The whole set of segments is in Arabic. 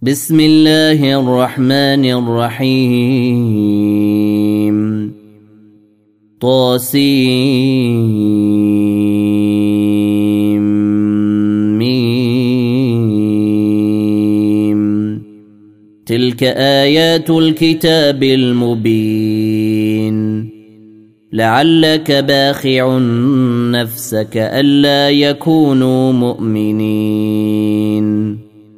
بسم الله الرحمن الرحيم طاسيم تلك آيات الكتاب المبين لعلك باخع نفسك ألا يكونوا مؤمنين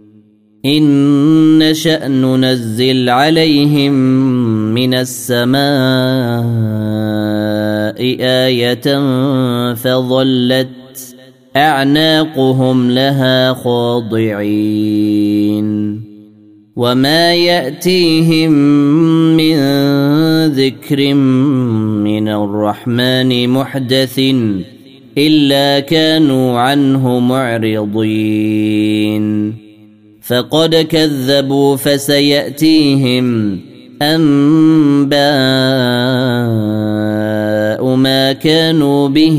إن نشأ ننزل عليهم من السماء آية فظلت أعناقهم لها خاضعين وما يأتيهم من ذكر من الرحمن محدث إلا كانوا عنه معرضين فقد كذبوا فسيأتيهم أنباء ما كانوا به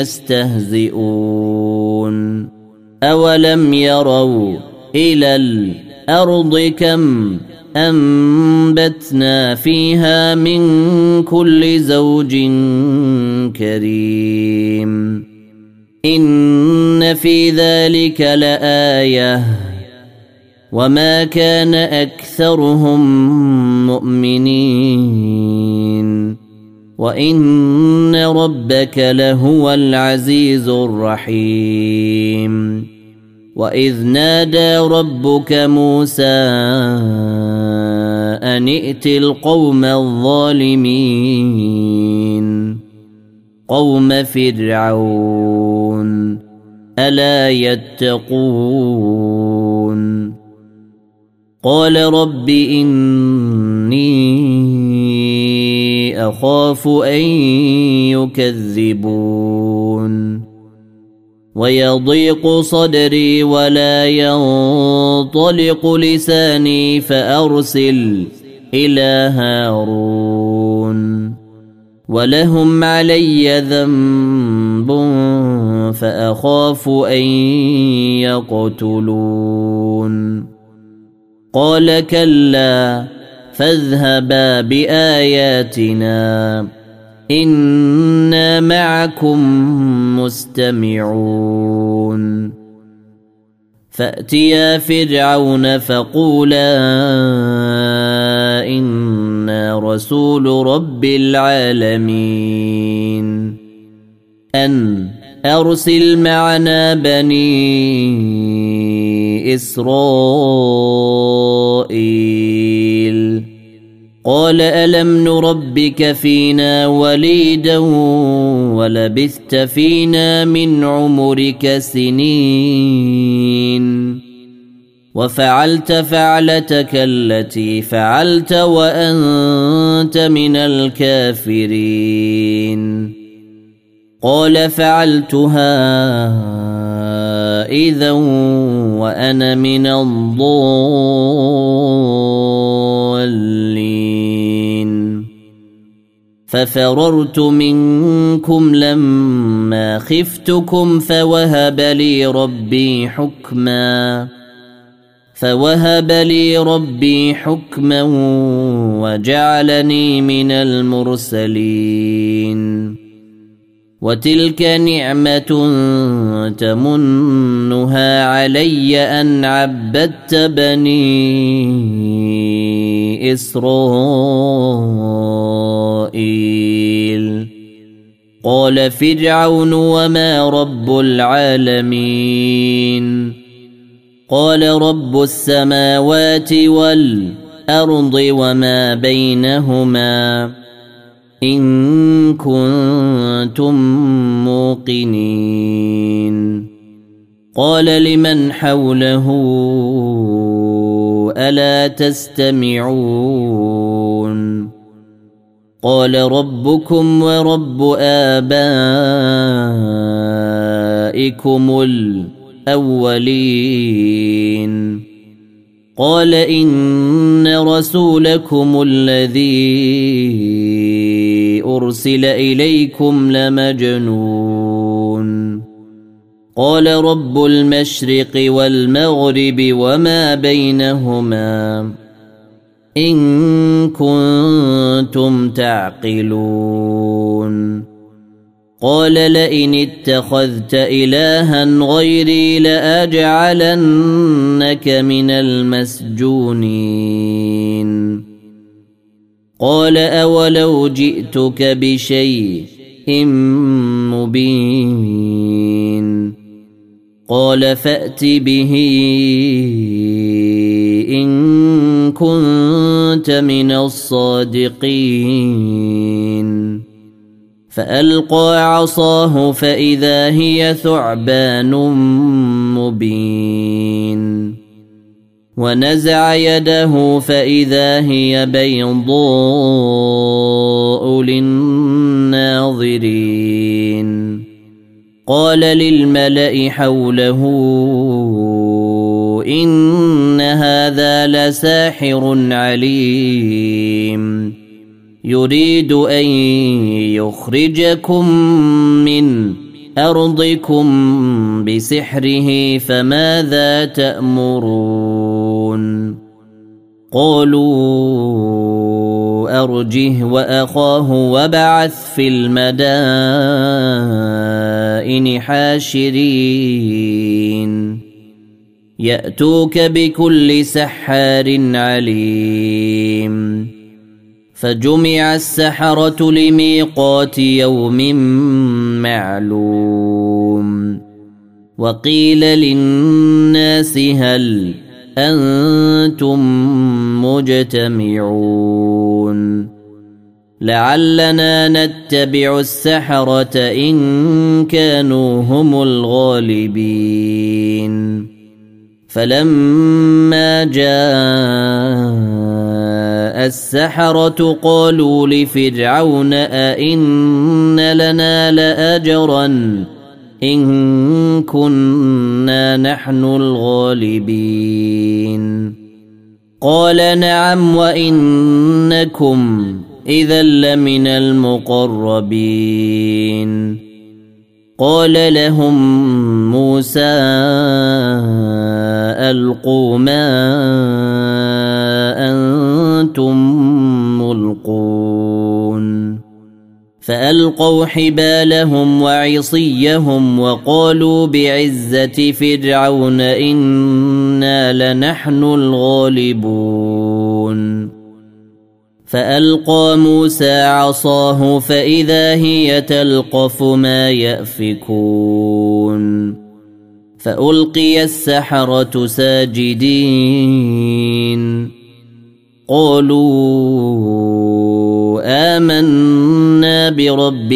يستهزئون أولم يروا إلى الأرض كم أنبتنا فيها من كل زوج كريم إن في ذلك لآية وما كان أكثرهم مؤمنين وإن ربك لهو العزيز الرحيم وإذ نادى ربك موسى أن ائت القوم الظالمين قوم فرعون ألا يتقون قال رب إني أخاف أن يكذبون ويضيق صدري ولا ينطلق لساني فأرسل إلى هارون ولهم علي ذنب فأخاف أن يقتلون قال كلا فاذهبا بآياتنا إنا معكم مستمعون فأتيا فرعون فقولا إنا رسول رب العالمين أن أرسل معنا بني إسرائيل قال ألم نربك فينا وليدا ولبثت فينا من عمرك سنين وفعلت فعلتك التي فعلت وأنت من الكافرين قال فعلتها إذا وأنا من الضالين ففررت منكم لما خفتكم فوهب لي ربي حكما وجعلني من المرسلين وتلك نعمة تمنها علي أن عبدت بني إسرائيل قال فرعون وما رب العالمين قال رب السماوات والأرض وما بينهما إن كنتم موقنين قال لمن حوله ألا تستمعون قال ربكم ورب آبائكم الأولين قال إن رسولكم الذي أرسل إليكم لمجنون قال رب المشرق والمغرب وما بينهما إن كنتم تعقلون قال لئن اتخذت إلها غيري لأجعلنك من المسجونين قال أولو جئتك بشيء مبين قال فأت به إن كنت من الصادقين فألقى عصاه فإذا هي ثعبان مبين ونزع يده فإذا هي بيضاء للناظرين قال للملأ حوله إن هذا لساحر عليم يريد أن يخرجكم من أرضكم بسحره فماذا تأمرون قالوا أرجه وأخاه وابعث في المدائن حاشرين يأتوك بكل سحار عليم فجمع السحرة لميقات يوم معلوم وقيل للناس هل أنتم مجتمعون لعلنا نتبع السحرة إن كانوا هم الغالبين فلما جاء السحرة قالوا لفرعون أئن لنا لأجرا إن كنا نحن الغالبين قال نعم وإنكم إذا لمن المقربين قال لهم موسى ألقوا ما أنتم ملقون فألقوا حبالهم وعصيهم وقالوا بعزة فرعون إنا لنحن الغالبون فألقى موسى عصاه فإذا هي تلقف ما يأفكون فألقي السحرة ساجدين قالوا آمنا برب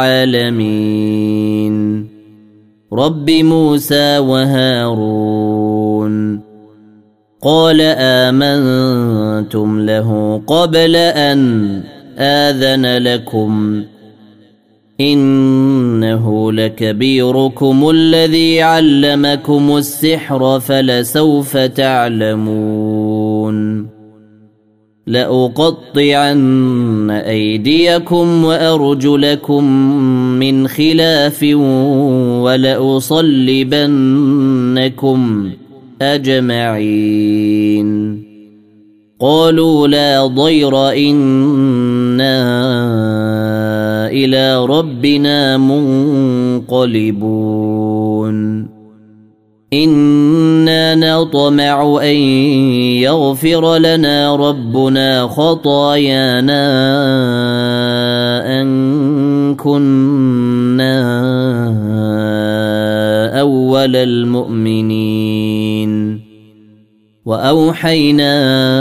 العالمين رب موسى وهارون قال آمنتم له قبل أن آذن لكم إنه لكبيركم الذي علمكم السحر فلسوف تعلمون لأقطعن أيديكم وأرجلكم من خلاف ولأصلبنكم أجمعين قالوا لا ضير إنا إلى ربنا منقلبون إنا نطمع أن يغفر لنا ربنا خطايانا أن كنا أول المؤمنين وأوحينا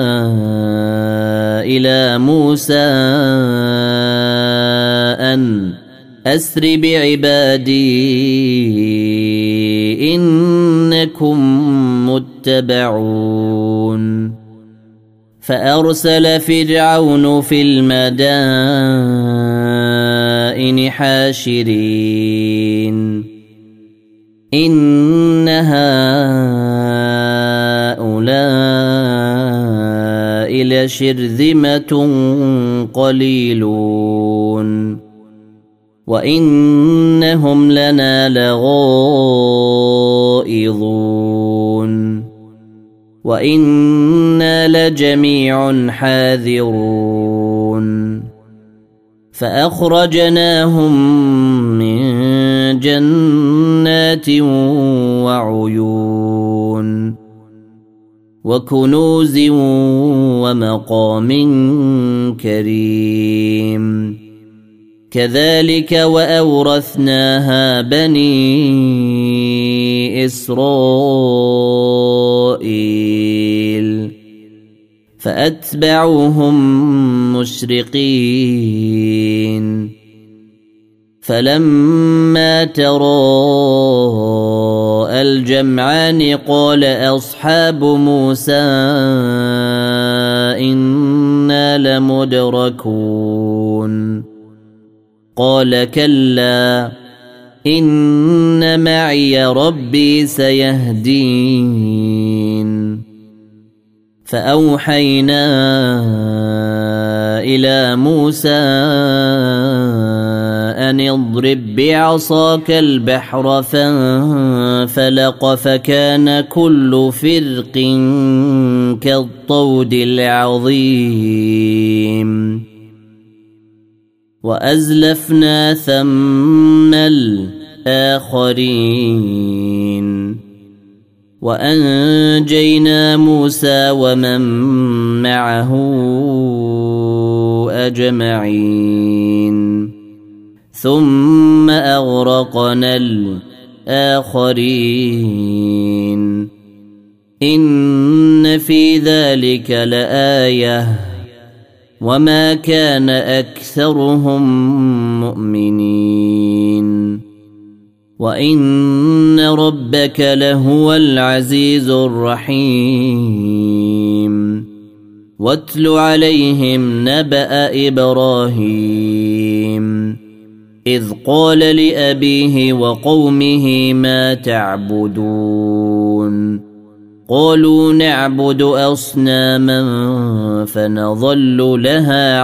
إلى موسى أن أسر بعبادي إنكم متبعون فأرسل فرعون في المدائن حاشرين إن هؤلاء لشرذمة قليلون وإنهم لنا لغائظون وإنا لجميع حاذرون فأخرجناهم من جنات وعيون وكنوز ومقام كريم كذلك وأورثناها بني إسرائيل فأتبعوهم مشرقين فلما تراءى الجمعان قال أصحاب موسى إنا لمدركون قال كلا إن معي ربي سيهدين فأوحينا إلى موسى أن اضرب بعصاك البحر فانفلق فكان كل فرق كالطود العظيم وأزلفنا ثم الآخرين وأنجينا موسى ومن معه أجمعين ثم أغرقنا الآخرين إن في ذلك لآية وما كان أكثرهم مؤمنين وإن ربك لهو العزيز الرحيم واتل عليهم نبأ إبراهيم إذ قال لأبيه وقومه ما تعبدون قالوا نعبد أصناما فنظل لها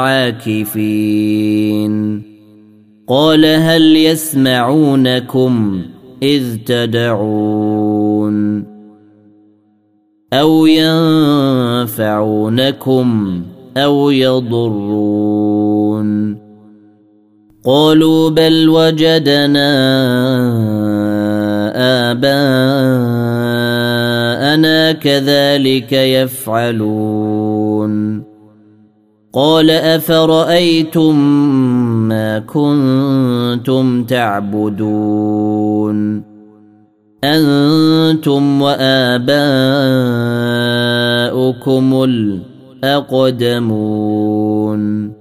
عاكفين قال هل يسمعونكم إذ تدعون أو ينفعونكم أو يضرون قالوا بل وجدنا آباءنا كذلك يفعلون قال أفرأيتم ما كنتم تعبدون أنتم وآباؤكم الأقدمون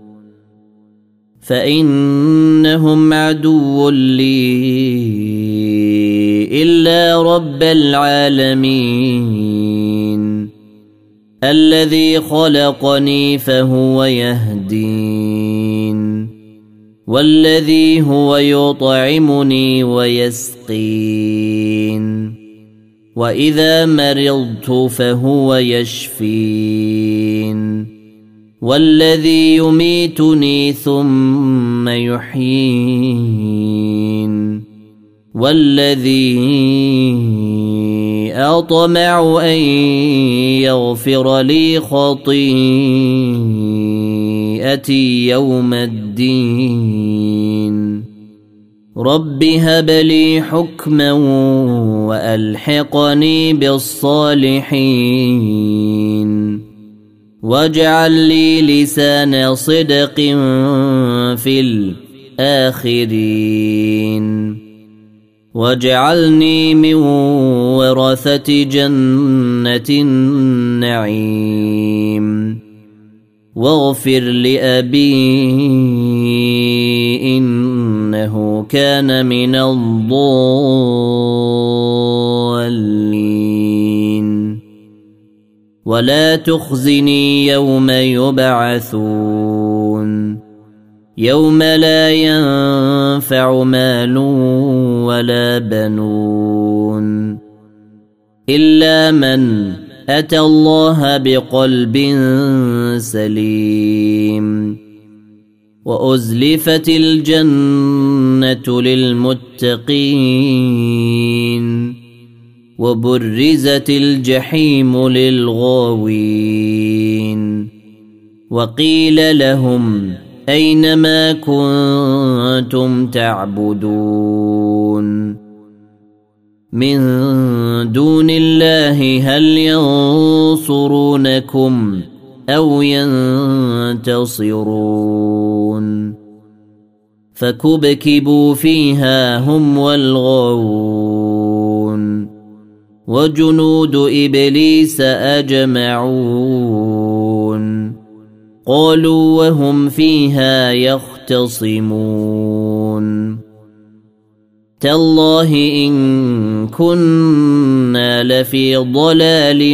فإنهم عدو لي إلا رب العالمين الذي خلقني فهو يهدين والذي هو يطعمني ويسقين وإذا مرضت فهو يشفين والذي يميتني ثم يحيين والذي أطمع أن يغفر لي خطيئتي يوم الدين رب هب لي حكما وألحقني بالصالحين واجعل لي لسان صدق في الآخرين واجعلني من ورثة جنة النعيم واغفر لأبي إنه كان من الضالين ولا تخزني يوم يبعثون يوم لا ينفع مال ولا بنون إلا من أتى الله بقلب سليم وأزلفت الجنة للمتقين وبرزت الجحيم للغاوين وقيل لهم أين ما كنتم تعبدون من دون الله هل ينصرونكم أو ينتصرون فكبكبوا فيها هم والغاوون وجنود إبليس أجمعون قالوا وهم فيها يختصمون تالله إن كنا لفي ضلال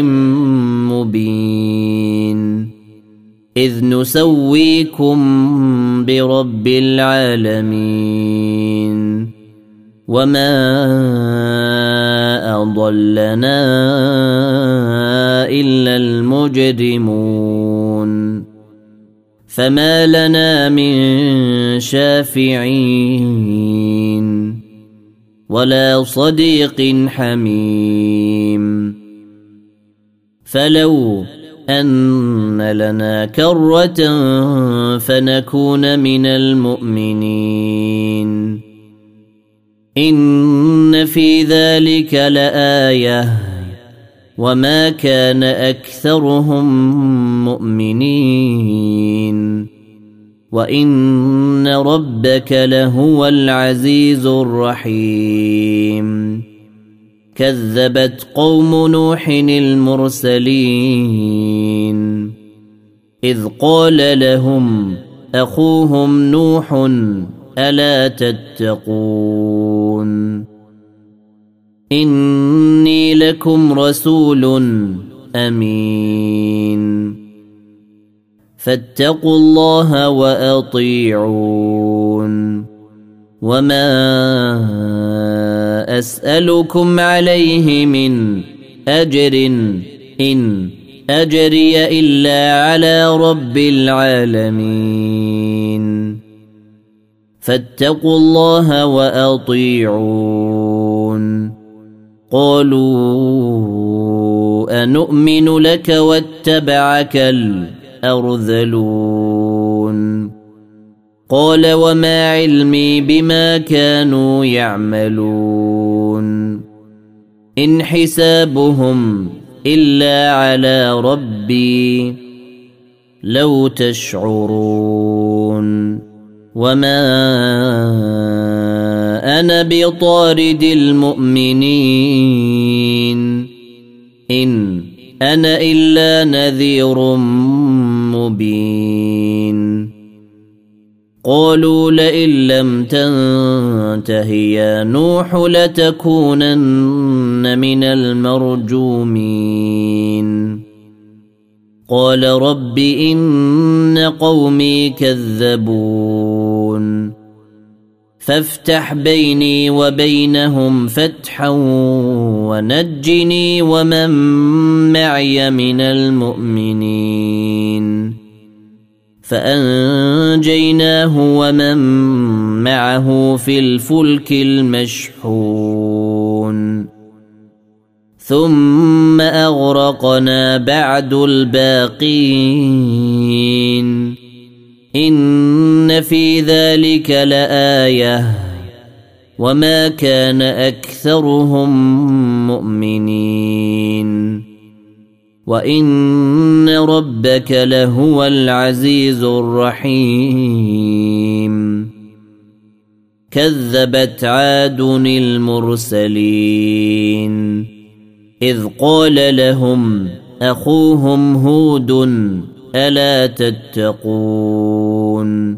مبين إذ نسويكم برب العالمين وما أضلنا إلا المجرمون فما لنا من شافعين ولا صديق حميم فلو أن لنا كرة فنكون من المؤمنين إن في ذلك لآية وما كان أكثرهم مؤمنين وإن ربك لهو العزيز الرحيم كذبت قوم نوح المرسلين إذ قال لهم أخوهم نوح ألا تتقون إني لكم رسول أمين فاتقوا الله وأطيعون وما أسألكم عليه من أجر إن أجري إلا على رب العالمين فاتقوا الله وأطيعون قالوا أنؤمن لك واتبعك الأرذلون قال وما علمي بما كانوا يعملون إن حسابهم إلا على ربي لو تشعرون وما أنا بطارد المؤمنين إن أنا إلا نذير مبين قالوا لئن لم تنته يا نوح لتكونن من المرجومين قال رب إن قومي كذبون فافتح بيني وبينهم فتحا ونجني ومن معي من المؤمنين فأنجيناه ومن معه في الفلك المشحون ثم أغرقنا بعد الباقين إن في ذلك لآية وما كان أكثرهم مؤمنين وإن ربك لهو العزيز الرحيم كذبت عاد المرسلين إذ قال لهم أخوهم هود ألا تتقون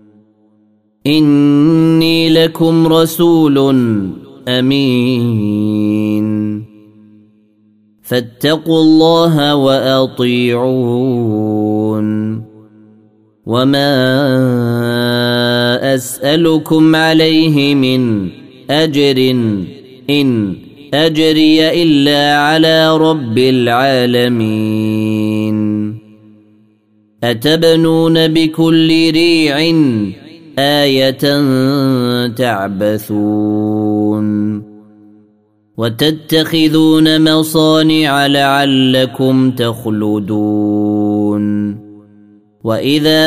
إني لكم رسول أمين فاتقوا الله وأطيعون وما أسألكم عليه من أجر إن أجري إلا على رب العالمين أتبنون بكل ريع آية تعبثون وتتخذون مصانع لعلكم تخلدون وإذا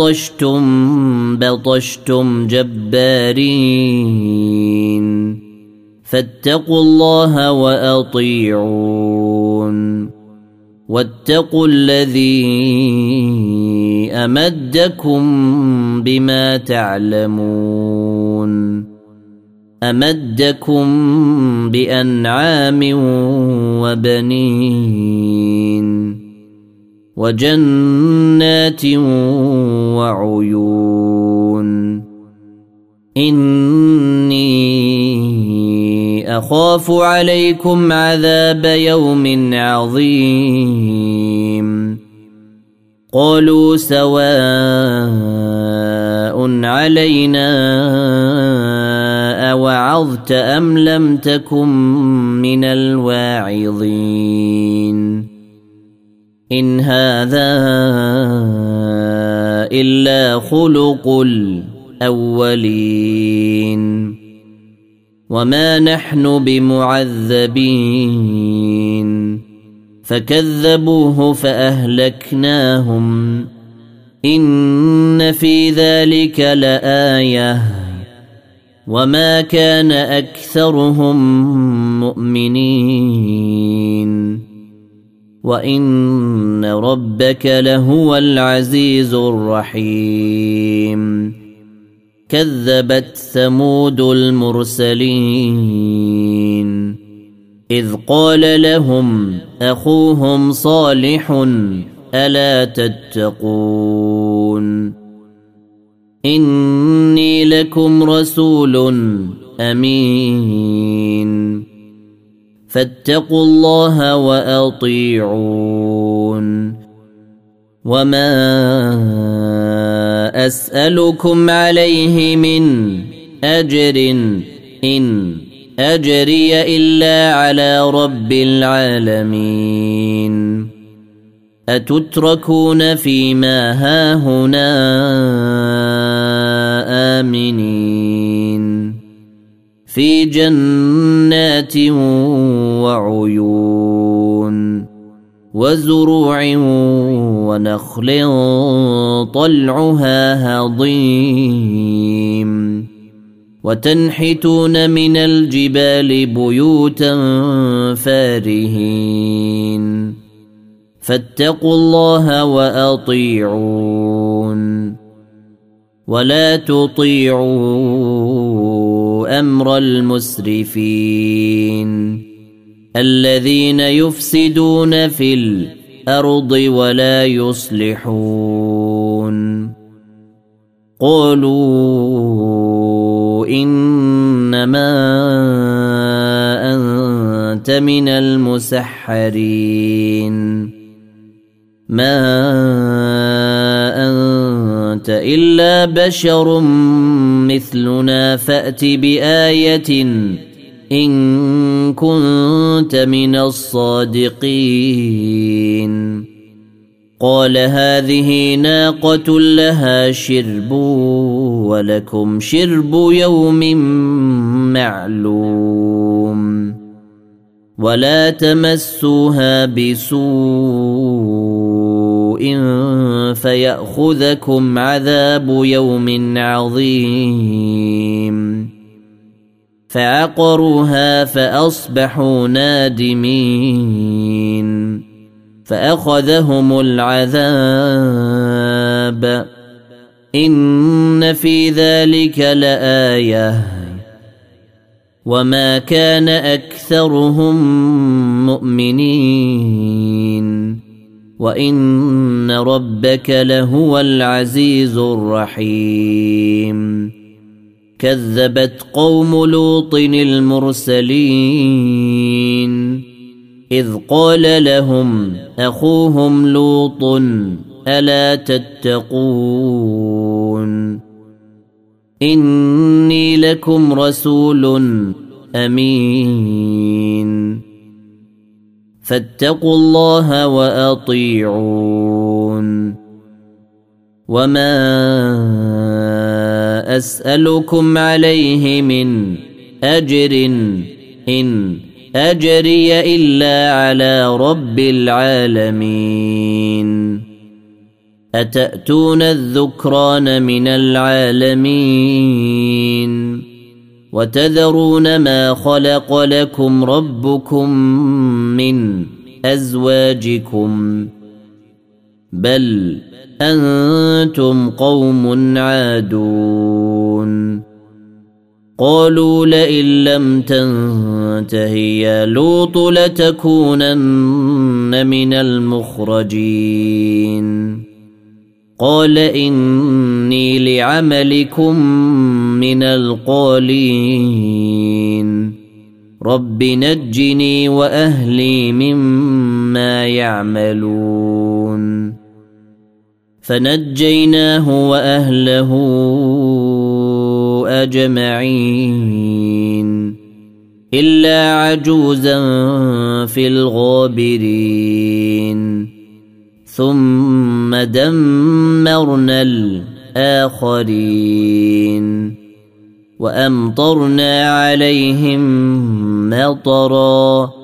بطشتم جبارين فاتقوا الله وأطيعون واتقوا الذي أمدكم بما تعلمون أمدكم بأنعام وبنين وجنات وعيون إني أخاف عليكم عذاب يوم عظيم قالوا سواء علينا أوعظت أم لم تكن من الواعظين إن هذا إلا خلق الأولين وما نحن بمعذبين فكذبوه فأهلكناهم إن في ذلك لآية وما كان أكثرهم مؤمنين وإن ربك لهو العزيز الرحيم كذبت ثمود المرسلين إذ قال لهم أخوهم صالح ألا تتقون إني لكم رسول أمين فاتقوا الله وأطيعون وما أسألكم عليه من أجر إن أجري إلا على رب العالمين أتتركون فيما هاهنا آمنين في جنات وعيون وزروع ونخل طلعها هضيم وتنحتون من الجبال بيوتا فارهين فاتقوا الله وأطيعون ولا تطيعوا أمر المسرفين الذين يفسدون في الأرض ولا يصلحون قالوا إنما أنت من المسحرين ما أنت إلا بشر مثلنا فأت بآية إن كنت من الصادقين قال هذه ناقة لها شرب ولكم شرب يوم معلوم ولا تمسوها بسوء فيأخذكم عذاب يوم عظيم فعقروها فأصبحوا نادمين فأخذهم العذاب إن في ذلك لآية وما كان أكثرهم مؤمنين وإن ربك لهو العزيز الرحيم كذبت قوم لوط المرسلين إذ قال لهم أخوهم لوط ألا تتقون إني لكم رسول أمين فاتقوا الله وأطيعون وما أسألكم عليه من أجر إن أجري إلا على رب العالمين أتأتون الذكران من العالمين وتذرون ما خلق لكم ربكم من أزواجكم بل أنتم قوم عادون قالوا لئن لم تنته يا لوط لتكونن من المخرجين قال إني لعملكم من القالين رب نجني وأهلي مما يعملون فنجيناه وأهله أجمعين إلا عجوزا في الغابرين ثم دمرنا الآخرين وأمطرنا عليهم مطرا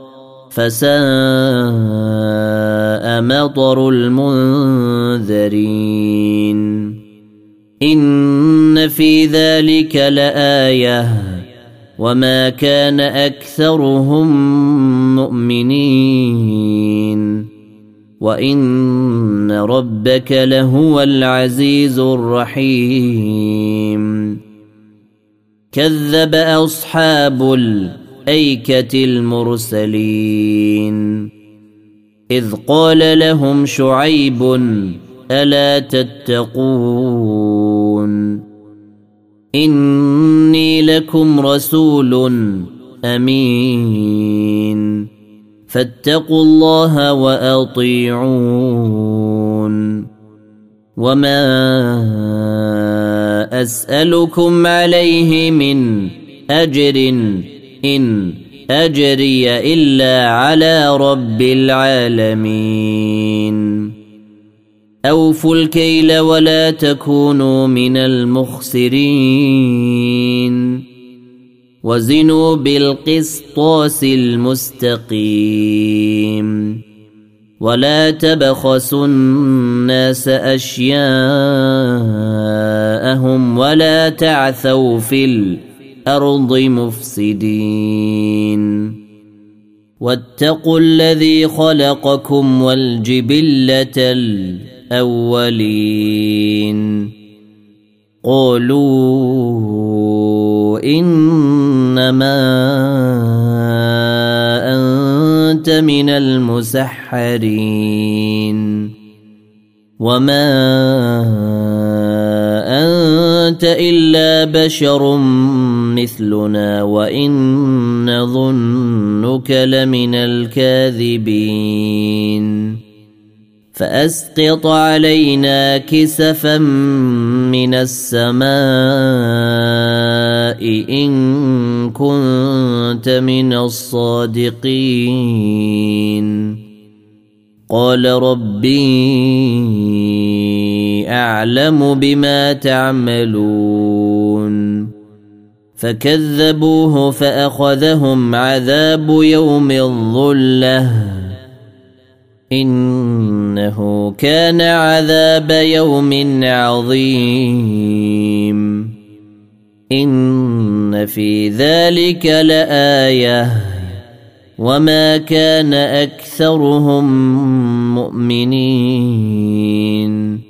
فساء مطر المنذرين إن في ذلك لآية وما كان أكثرهم مؤمنين وإن ربك لهو العزيز الرحيم كذب أصحاب الأيكة المرسلين إذ قال لهم شعيب ألا تتقون إني لكم رسول أمين فاتقوا الله وأطيعون وما أسألكم عليه من أجر إن أجري إلا على رب العالمين أوفوا الكيل ولا تكونوا من المخسرين وزنوا بالقسطاس المستقيم ولا تبخسوا الناس أشياءهم ولا تعثوا في الأرض مفسدين واتقوا الذي خلقكم والجبلة الأولين قالوا إنما أنت من المسحرين وما أنت إلا بشر مثلنا وإن نظنك لمن الكاذبين فأسقط علينا كسفا من السماء إن كنت من الصادقين قال ربي أعلم بما تعملون فكذبوه فأخذهم عذاب يوم الظلة إنه كان عذاب يوم عظيم إن في ذلك لآية وما كان أكثرهم مؤمنين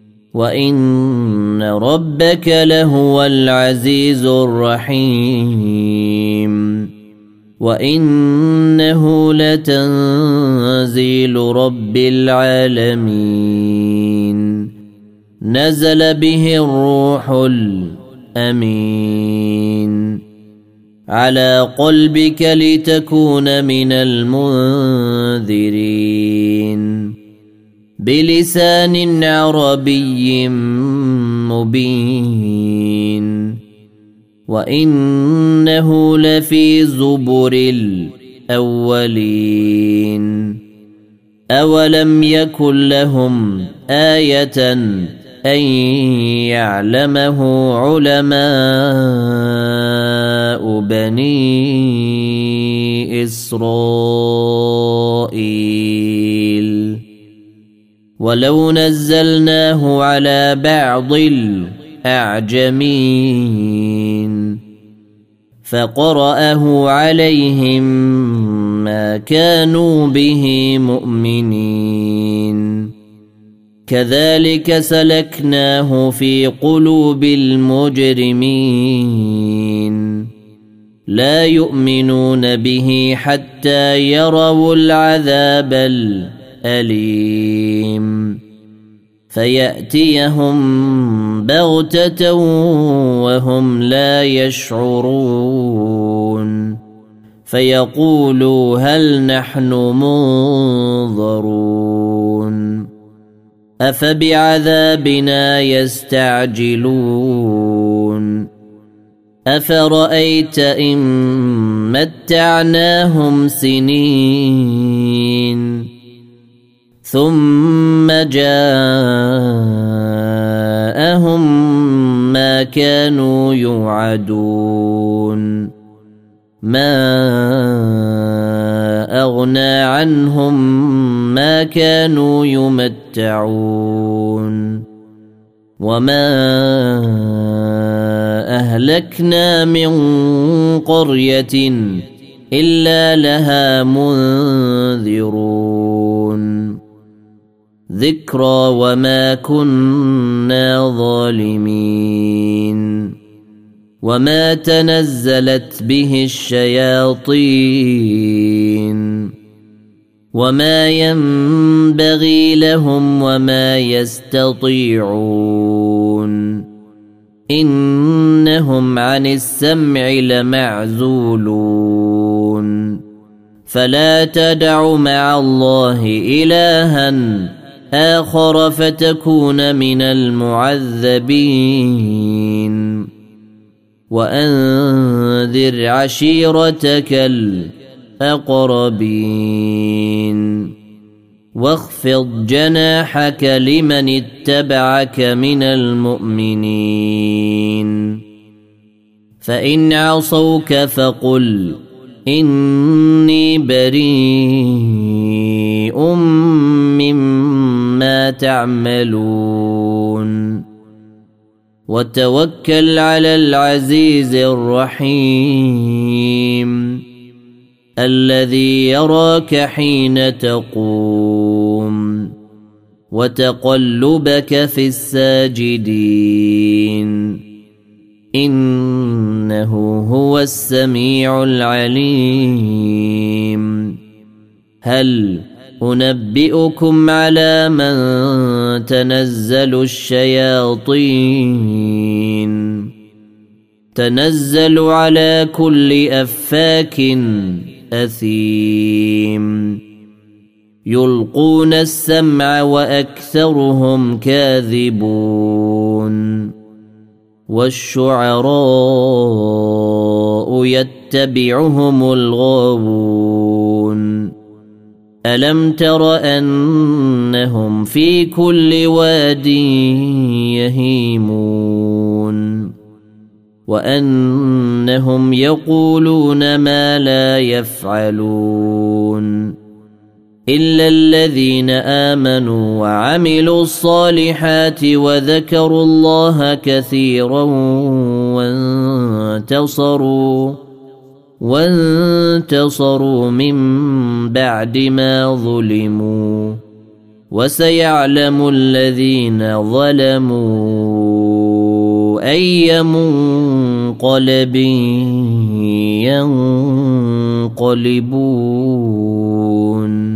وإن ربك لهو العزيز الرحيم وإنه لتنزيل رب العالمين نزل به الروح الأمين على قلبك لتكون من المنذرين بلسان عربي مبين وإنه لفي زبر الأولين أولم يكن لهم آية أن يعلمه علماء بني إسرائيل ولو نزلناه على بعض الأعجمين فقرأه عليهم ما كانوا به مؤمنين كذلك سلكناه في قلوب المجرمين لا يؤمنون به حتى يروا العذاب الأليم فيأتيهم بغتة وهم لا يشعرون فيقولوا هل نحن منظرون أفبعذابنا يستعجلون أفرأيت إن متعناهم سنين ثم جاءهم ما كانوا يوعدون ما أغنى عنهم ما كانوا يمتعون وما أهلكنا من قرية إلا لها منذرون ذكرى وما كنا ظالمين وما تنزلت به الشياطين وما ينبغي لهم وما يستطيعون إنهم عن السمع لمعزولون فلا تدع مع الله إلها آخر فتكون من المعذبين وأنذر عشيرتك الأقربين واخفض جناحك لمن اتبعك من المؤمنين فإن عصوك فقل إني بريء مما تعملون وتوكل على العزيز الرحيم الذي يراك حين تقوم وتقلبك في الساجدين إنه هو السميع العليم هل أنبئكم على من تنزل الشياطين تنزل على كل أفاك أثيم يلقون السمع وأكثرهم كاذبون والشعراء يتبعهم الغاوون ألم تر أنهم في كل واد يهيمون وأنهم يقولون ما لا يفعلون إلا الذين آمنوا وعملوا الصالحات وذكروا الله كثيرا وانتصروا من بعد ما ظلموا وسيعلم الذين ظلموا أي منقلب ينقلبون